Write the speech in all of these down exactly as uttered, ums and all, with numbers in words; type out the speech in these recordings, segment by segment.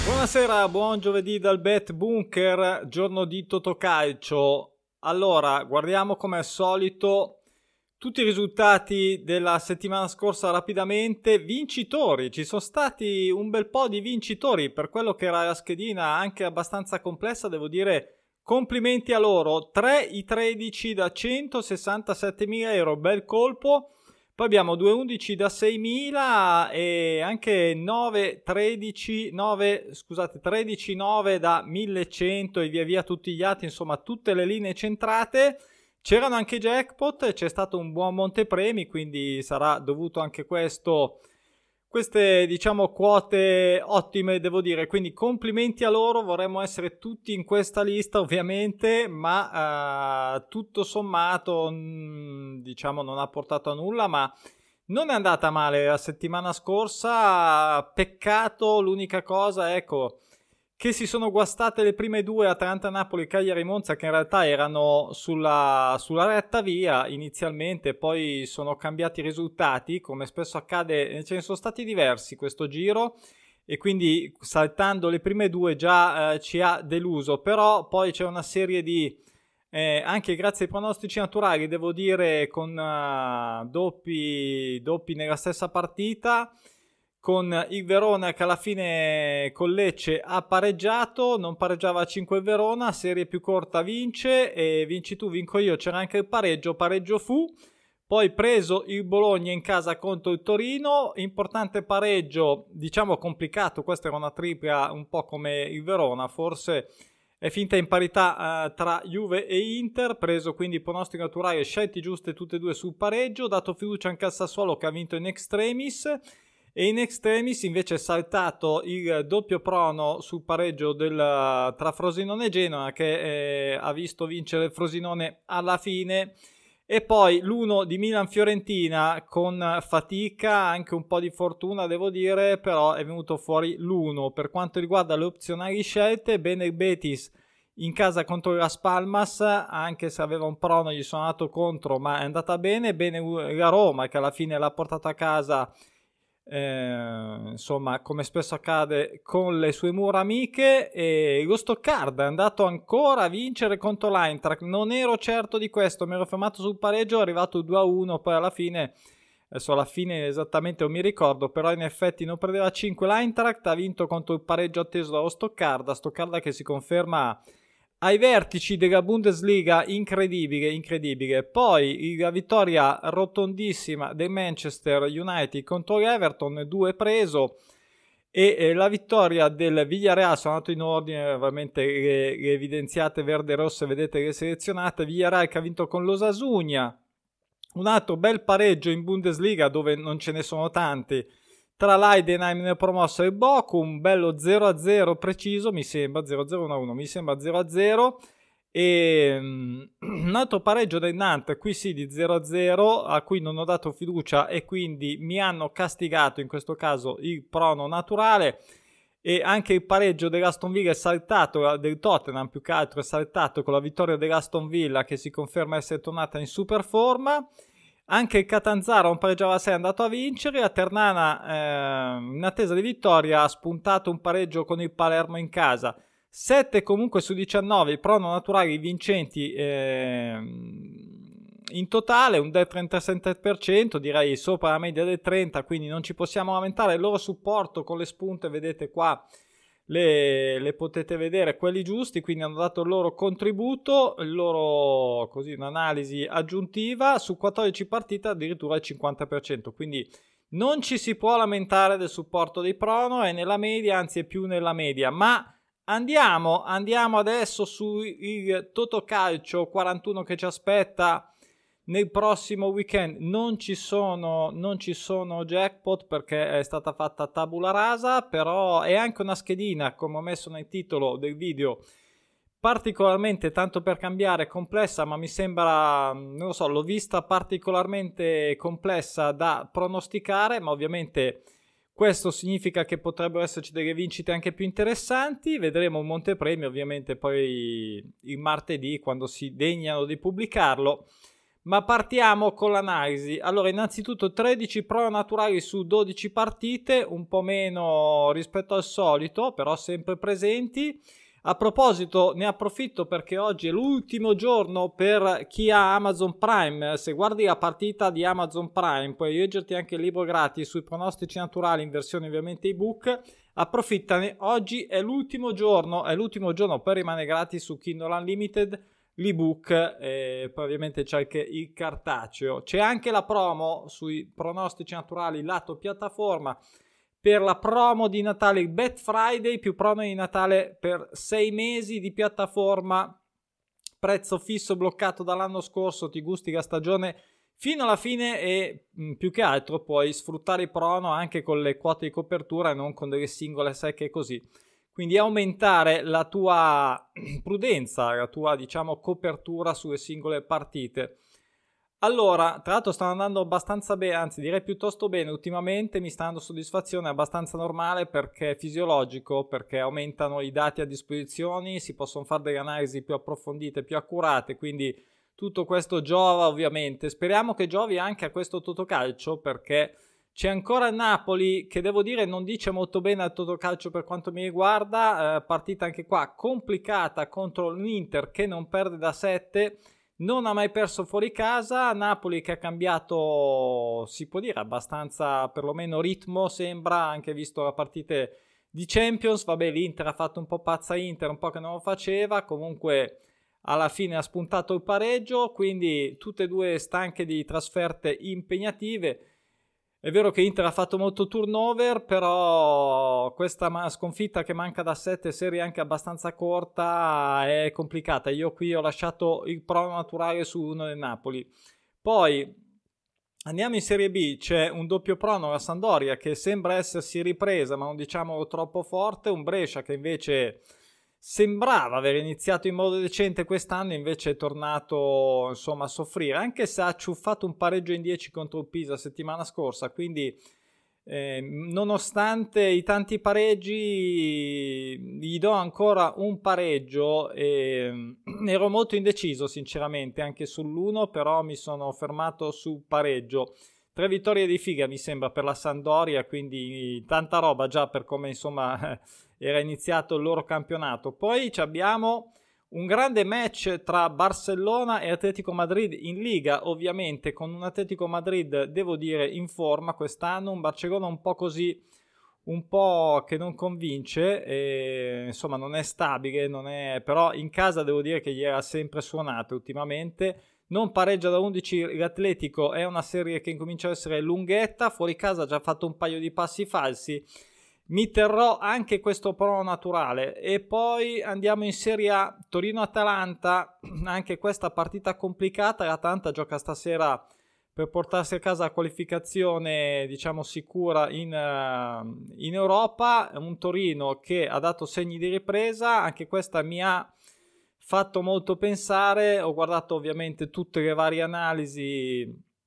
Buonasera, buon giovedì dal Bet Bunker, giorno di Totocalcio. Allora, guardiamo come al solito tutti i risultati della settimana scorsa rapidamente. Vincitori, ci sono stati un bel po' di vincitori per quello che era la schedina, anche abbastanza complessa, devo dire. Complimenti a loro. tre i tredici da centosessantasettemila euro, bel colpo. Poi abbiamo due undici da seimila e anche nove tredici nove scusate tredici nove da millecento e via via tutti gli altri, insomma tutte le linee centrate. C'erano anche jackpot e c'è stato un buon montepremi, quindi sarà dovuto anche questo queste, diciamo, quote ottime, devo dire, quindi complimenti a loro. Vorremmo essere tutti in questa lista, ovviamente, ma uh, tutto sommato, mh, diciamo, non ha portato a nulla, ma non è andata male la settimana scorsa. Peccato, l'unica cosa, ecco, che si sono guastate le prime due, Atalanta, Napoli, Cagliari, Monza, che in realtà erano sulla, sulla retta via inizialmente, poi sono cambiati i risultati, come spesso accade, ce ne sono stati diversi questo giro, e quindi saltando le prime due già eh, ci ha deluso, però poi c'è una serie di, eh, anche grazie ai pronostici naturali, devo dire, con uh, doppi, doppi nella stessa partita, con il Verona che alla fine con Lecce ha pareggiato, non pareggiava a cinque il Verona, serie più corta vince, e vinci tu, vinco io, c'era anche il pareggio, pareggio fu, poi preso il Bologna in casa contro il Torino, importante pareggio, diciamo complicato, questa era una tripla un po' come il Verona, forse è finta in parità eh, tra Juve e Inter, preso quindi pronostico naturale, scelte giuste tutte e due sul pareggio, dato fiducia anche al Sassuolo che ha vinto in extremis, e in extremis invece è saltato il doppio prono sul pareggio del, tra Frosinone e Genoa, che eh, ha visto vincere il Frosinone alla fine, e poi l'uno di Milan-Fiorentina con fatica, anche un po' di fortuna devo dire, però è venuto fuori l'uno. Per quanto riguarda le opzionali scelte, bene il Betis in casa contro Las Palmas, anche se aveva un prono gli sono andato contro, ma è andata bene. Bene la Roma che alla fine l'ha portata a casa, Eh, insomma, come spesso accade con le sue mura amiche. E lo Stoccarda è andato ancora a vincere contro l'Eintracht, non ero certo di questo, mi ero fermato sul pareggio, è arrivato due a uno, poi alla fine, adesso alla fine esattamente non mi ricordo, però in effetti non perdeva cinque l'Eintracht, ha vinto contro il pareggio atteso dallo Stoccarda, Stoccarda che si conferma ai vertici della Bundesliga, incredibile, incredibile. Poi la vittoria rotondissima del Manchester United contro l'Everton, due preso, e eh, la vittoria del Villarreal, sono andato in ordine, ovviamente le, le evidenziate verde e rosse, vedete le selezionate. Villarreal che ha vinto con l'Osasuna, un altro bel pareggio in Bundesliga dove non ce ne sono tanti, tra l'Heidenheim nel promosso e il Bochum, un bello zero a zero preciso, mi sembra, zero a zero uno a uno, mi sembra zero a zero, e um, un altro pareggio del Nantes, qui sì di zero a zero, a cui non ho dato fiducia e quindi mi hanno castigato, in questo caso il prono naturale, e anche il pareggio dell'Aston Villa è saltato, del Tottenham più che altro è saltato con la vittoria dell'Aston Villa che si conferma essere tornata in super forma. Anche il Catanzaro un pareggio a sei è andato a vincere. A Ternana, eh, in attesa di vittoria, ha spuntato un pareggio con il Palermo in casa. sette comunque su diciannove i prono naturali vincenti eh, in totale, un del trentasette per cento, direi sopra la media del trenta, quindi non ci possiamo lamentare. Il loro supporto con le spunte, vedete qua, Le, le potete vedere, quelli giusti, quindi hanno dato il loro contributo, il loro, così, un'analisi aggiuntiva su quattordici partite addirittura il cinquanta per cento, quindi non ci si può lamentare del supporto dei prono, è nella media, anzi è più nella media. Ma andiamo andiamo adesso sul Totocalcio quarantuno che ci aspetta nel prossimo weekend. Non ci sono non ci sono jackpot perché è stata fatta tabula rasa, però è anche una schedina, come ho messo nel titolo del video, particolarmente, tanto per cambiare, complessa, ma mi sembra, non lo so, l'ho vista particolarmente complessa da pronosticare, ma ovviamente questo significa che potrebbero esserci delle vincite anche più interessanti. Vedremo un montepremi ovviamente poi il martedì, quando si degnano di pubblicarlo. Ma partiamo con l'analisi. Allora, innanzitutto tredici prove naturali su dodici partite, un po' meno rispetto al solito, però sempre presenti. A proposito, ne approfitto perché oggi è l'ultimo giorno per chi ha Amazon Prime. Se guardi la partita di Amazon Prime, puoi leggerti anche il libro gratis sui pronostici naturali in versione ovviamente ebook. Approfittane, oggi è l'ultimo giorno, è l'ultimo giorno per rimanere gratis su Kindle Unlimited, l'ebook, e poi ovviamente c'è anche il cartaceo. C'è anche la promo sui pronostici naturali lato piattaforma per la promo di Natale, il Bet Friday più promo di Natale per sei mesi di piattaforma, prezzo fisso bloccato dall'anno scorso, ti gusti la stagione fino alla fine e mh, più che altro puoi sfruttare i prono anche con le quote di copertura e non con delle singole secche così. Quindi aumentare la tua prudenza, la tua diciamo copertura sulle singole partite. Allora, tra l'altro stanno andando abbastanza bene, anzi direi piuttosto bene ultimamente, mi sta dando soddisfazione, è abbastanza normale perché è fisiologico, perché aumentano i dati a disposizione, si possono fare delle analisi più approfondite, più accurate, quindi tutto questo giova ovviamente. Speriamo che giovi anche a questo Totocalcio perché c'è ancora il Napoli che devo dire non dice molto bene al Totocalcio per quanto mi riguarda, eh, partita anche qua complicata contro l'Inter che non perde da sette, non ha mai perso fuori casa, Napoli che ha cambiato si può dire abbastanza perlomeno ritmo sembra, anche visto la partita di Champions, vabbè l'Inter ha fatto un po' pazza Inter, un po' che non lo faceva, comunque alla fine ha spuntato il pareggio, quindi tutte e due stanche di trasferte impegnative. È vero che Inter ha fatto molto turnover, però questa sconfitta che manca da sette serie anche abbastanza corta è complicata. Io qui ho lasciato il prono naturale su uno del Napoli. Poi andiamo in Serie B, c'è un doppio prono, la Sampdoria che sembra essersi ripresa ma non diciamo troppo forte, un Brescia che invece sembrava aver iniziato in modo decente quest'anno, invece è tornato insomma a soffrire, anche se ha ciuffato un pareggio in dieci contro il Pisa settimana scorsa, quindi eh, nonostante i tanti pareggi gli do ancora un pareggio e ero molto indeciso sinceramente anche sull'uno, però mi sono fermato sul pareggio. Tre vittorie di figa mi sembra per la Sampdoria, quindi tanta roba già per come insomma era iniziato il loro campionato. Poi abbiamo un grande match tra Barcellona e Atletico Madrid in Liga, ovviamente con un Atletico Madrid devo dire in forma quest'anno, un Barcellona un po' così, un po' che non convince, e, insomma non è stabile, non è, però in casa devo dire che gli era sempre suonato ultimamente. Non pareggia da undici l'Atletico, è una serie che incomincia a essere lunghetta, fuori casa ha già fatto un paio di passi falsi, mi terrò anche questo prono naturale. E poi andiamo in Serie A, Torino-Atalanta, anche questa partita complicata, l'Atalanta gioca stasera per portarsi a casa la qualificazione diciamo sicura in, uh, in Europa, un Torino che ha dato segni di ripresa, anche questa mi ha fatto molto pensare, ho guardato ovviamente tutte le varie analisi,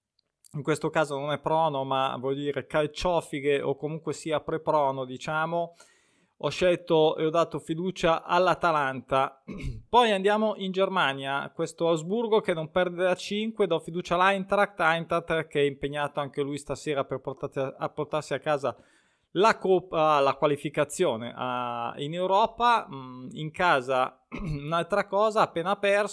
in questo caso non è prono ma vuol dire calciofighe o comunque sia pre-prono diciamo, ho scelto e ho dato fiducia all'Atalanta. Poi andiamo in Germania, questo Augsburgo che non perde da cinque, do fiducia all'Eintracht, Eintracht che è impegnato anche lui stasera per portarsi a, a portarsi a casa la coppa, la qualificazione a, in Europa. In casa un'altra cosa, appena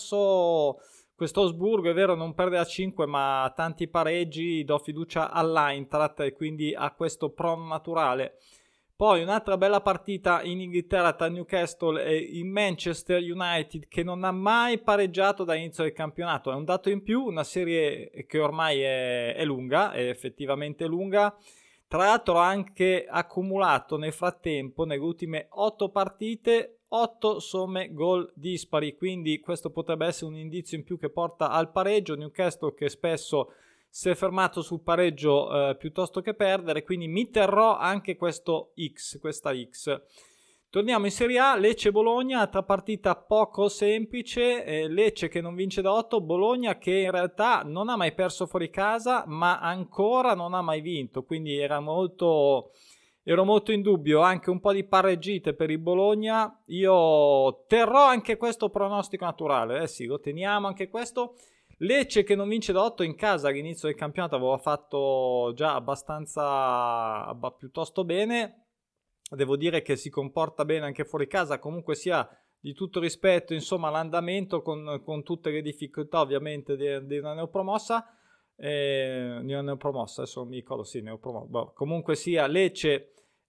perso questo Augsburgo, è vero non perde a cinque ma tanti pareggi, do fiducia all'Eintracht e quindi a questo prono naturale. Poi un'altra bella partita in Inghilterra tra Newcastle e il Manchester United che non ha mai pareggiato dall'inizio del campionato, è un dato in più, una serie che ormai è, è lunga, è effettivamente lunga. Tra l'altro ha anche accumulato nel frattempo, nelle ultime otto partite, otto somme gol dispari, quindi questo potrebbe essere un indizio in più che porta al pareggio. Newcastle che spesso si è fermato sul pareggio eh, piuttosto che perdere, quindi mi terrò anche questo X, questa X. Torniamo in Serie A, Lecce-Bologna, altra partita poco semplice, eh, Lecce che non vince da otto, Bologna che in realtà non ha mai perso fuori casa ma ancora non ha mai vinto, quindi era molto, ero molto in dubbio, anche un po' di pareggite per il Bologna. Io terrò anche questo pronostico naturale, eh sì, lo teniamo anche questo. Lecce che non vince da otto in casa all'inizio del campionato, aveva fatto già abbastanza abba, piuttosto bene. Devo dire che si comporta bene anche fuori casa, comunque sia di tutto rispetto, insomma, l'andamento con, con tutte le difficoltà ovviamente di, di una neopromossa, eh, di una neopromossa, adesso non mi ricordo, sì, neopromossa, boh, comunque sia Lecce,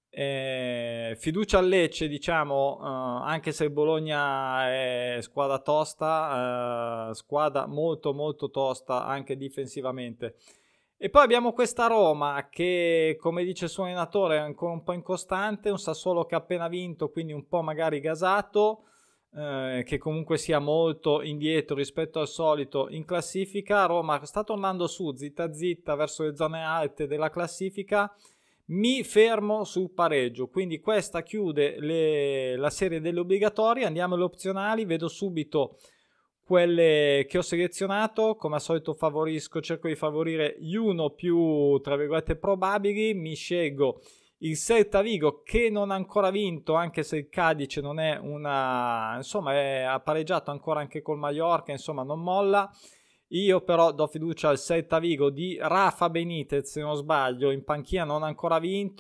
eh, fiducia al Lecce, diciamo, eh, anche se il Bologna è squadra tosta, eh, squadra molto molto tosta anche difensivamente. E poi abbiamo questa Roma che, come dice il suo allenatore, è ancora un po' incostante, un Sassuolo che ha appena vinto, quindi un po' magari gasato, eh, che comunque sia molto indietro rispetto al solito in classifica. Roma sta tornando su, zitta zitta, verso le zone alte della classifica. Mi fermo sul pareggio, quindi questa chiude le, la serie delle obbligatorie. Andiamo alle opzionali, vedo subito quelle che ho selezionato. Come al solito favorisco, cerco di favorire gli uno più, tra virgolette, probabili. Mi scelgo il Celta Vigo che non ha ancora vinto, anche se il Cadice non è una, insomma, è ha pareggiato ancora anche col Mallorca, insomma non molla. Io però do fiducia al Celta Vigo di Rafa Benitez, se non sbaglio, in panchina non ha ancora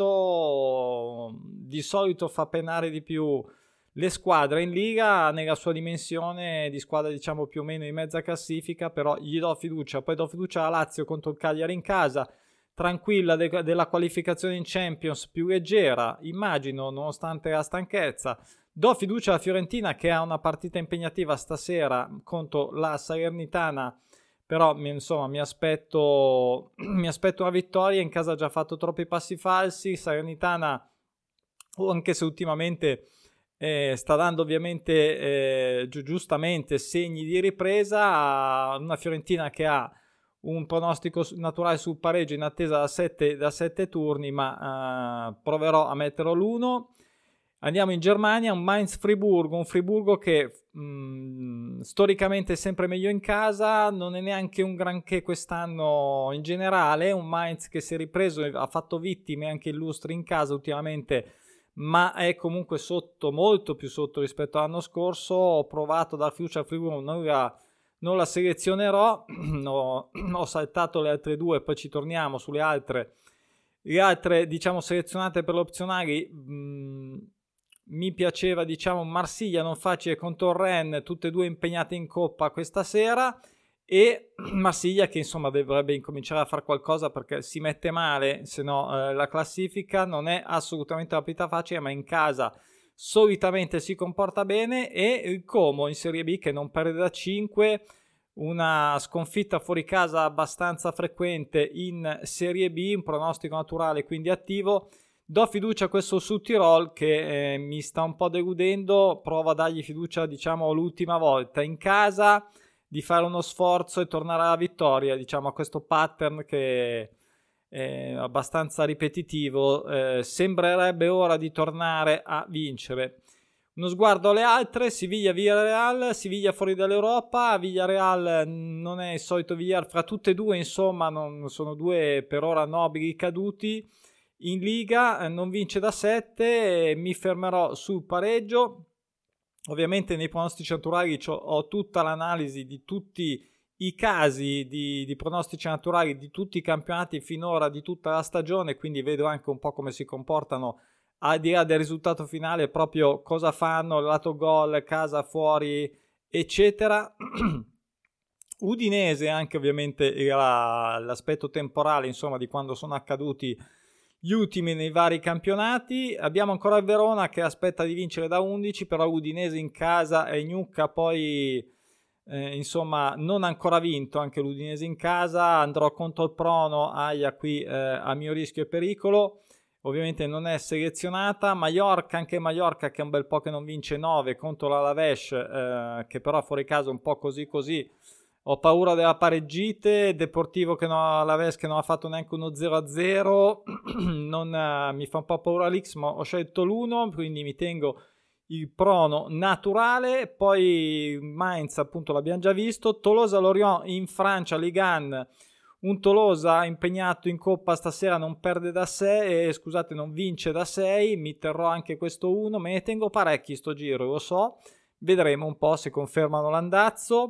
vinto, di solito fa penare di più le squadre in Liga nella sua dimensione di squadra, diciamo, più o meno in mezza classifica, però gli do fiducia. Poi do fiducia a Lazio contro il Cagliari in casa, tranquilla de- della qualificazione in Champions, più leggera, immagino, nonostante la stanchezza. Do fiducia alla Fiorentina che ha una partita impegnativa stasera contro la Salernitana, però insomma mi aspetto, mi aspetto una vittoria. In casa ha già fatto troppi passi falsi. Salernitana, anche se ultimamente eh, sta dando ovviamente eh, gi- giustamente segni di ripresa, una Fiorentina che ha un pronostico naturale sul pareggio in attesa da sette, da sette turni, ma eh, proverò a metterlo l'uno. Andiamo in Germania, un Mainz-Friburgo, un Friburgo che mh, storicamente è sempre meglio in casa, non è neanche un granché quest'anno in generale, un Mainz che si è ripreso, ha fatto vittime anche illustri in casa ultimamente, ma è comunque sotto, molto più sotto rispetto all'anno scorso. Ho provato a dar fiducia al Friburgo, non la, non la selezionerò, ho, ho saltato le altre due, poi ci torniamo sulle altre. Le altre, diciamo, selezionate per le opzionali, mh, mi piaceva, diciamo, Marsiglia non facile contro il Rennes, tutte e due impegnate in Coppa questa sera, e Marsiglia che insomma dovrebbe incominciare a fare qualcosa perché si mette male, se no eh, la classifica non è assolutamente una partita facile, ma in casa solitamente si comporta bene. E il Como in Serie B che non perde da cinque, una sconfitta fuori casa abbastanza frequente in Serie B, un pronostico naturale quindi attivo. Do fiducia a questo Sud Tirol che eh, mi sta un po' deludendo, provo a dargli fiducia, diciamo, l'ultima volta in casa, di fare uno sforzo e tornare alla vittoria, diciamo, a questo pattern che è abbastanza ripetitivo. Eh, sembrerebbe ora di tornare a vincere. Uno sguardo alle altre: Siviglia-Villarreal, Siviglia fuori dall'Europa, Villarreal non è il solito Villarreal, fra tutte e due insomma non sono due per ora nobili caduti. In Liga non vince da sette, mi fermerò sul pareggio. Ovviamente nei pronostici naturali ho tutta l'analisi di tutti i casi di, di pronostici naturali di tutti i campionati finora, di tutta la stagione, quindi vedo anche un po' come si comportano al di là del risultato finale, proprio cosa fanno, lato gol, casa, fuori, eccetera. Udinese anche ovviamente era l'aspetto temporale, insomma, di quando sono accaduti gli ultimi nei vari campionati. Abbiamo ancora il Verona che aspetta di vincere da undici, però Udinese in casa e Gnucca poi eh, insomma non ha ancora vinto anche l'Udinese in casa. Andrò contro il Prono, aia qui eh, a mio rischio e pericolo. Ovviamente non è selezionata. Mallorca, anche Mallorca che è un bel po' che non vince, nove contro l'Alaves, eh, che però fuori casa un po' così così. Ho paura della pareggite. Deportivo che non ha l'Alaves che non ha fatto neanche uno zero a zero. non, uh, mi fa un po' paura l'X, ma ho scelto l'uno, quindi mi tengo il prono naturale. Poi Mainz, appunto, l'abbiamo già visto. Tolosa-Lorient in Francia, Ligue uno. Un Tolosa impegnato in Coppa stasera, non perde da sei, eh, scusate, non vince da sei. Mi terrò anche questo uno. Me ne tengo parecchi sto giro, lo so. Vedremo un po' se confermano l'andazzo.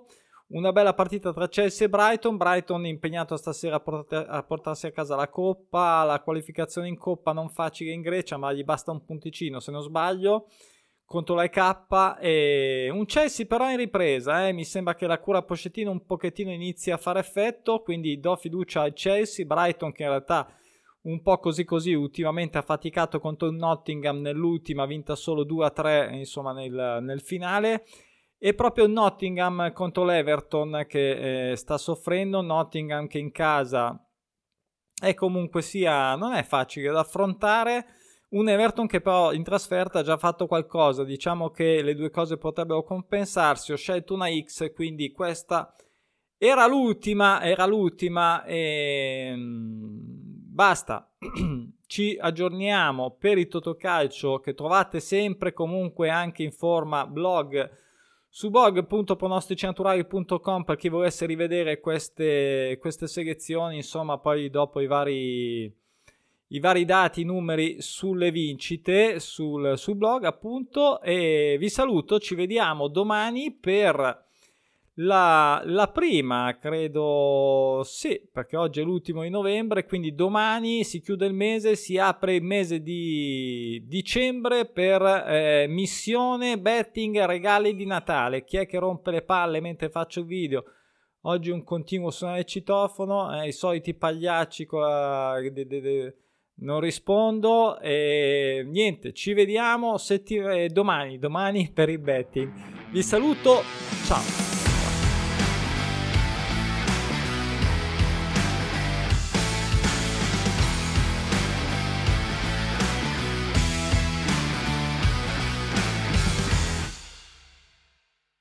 una bella partita tra Chelsea e Brighton. Brighton impegnato stasera a, port- a portarsi a casa la Coppa, la qualificazione in Coppa non facile in Grecia, ma gli basta un punticino se non sbaglio contro l'A E K. E un Chelsea però in ripresa, eh. mi sembra che la cura Pochettino un pochettino inizi a fare effetto, quindi do fiducia al Chelsea. Brighton che in realtà un po' così così ultimamente ha faticato contro il Nottingham nell'ultima, ha vinta solo due a tre insomma nel, nel finale, e proprio il Nottingham contro l'Everton che eh, sta soffrendo. Nottingham che in casa è comunque sia non è facile da affrontare, un Everton che però in trasferta ha già fatto qualcosa, diciamo che le due cose potrebbero compensarsi. Ho scelto una X, quindi questa era l'ultima, era l'ultima e basta. Ci aggiorniamo per il Totocalcio che trovate sempre comunque anche in forma blog su blog punto pronostici naturali punto com per chi volesse rivedere queste, queste selezioni, insomma poi dopo i vari, i vari dati, i numeri sulle vincite sul, sul blog appunto. E vi saluto, ci vediamo domani per La, la prima, credo, sì, perché oggi è l'ultimo di novembre, quindi domani si chiude il mese, si apre il mese di dicembre per eh, missione betting regali di Natale. Chi è che rompe le palle mentre faccio il video? Oggi un continuo suonare il citofono, eh, i soliti pagliacci con la... de, de, de... non rispondo e niente, ci vediamo setti... eh, domani, domani per il betting. Vi saluto, ciao!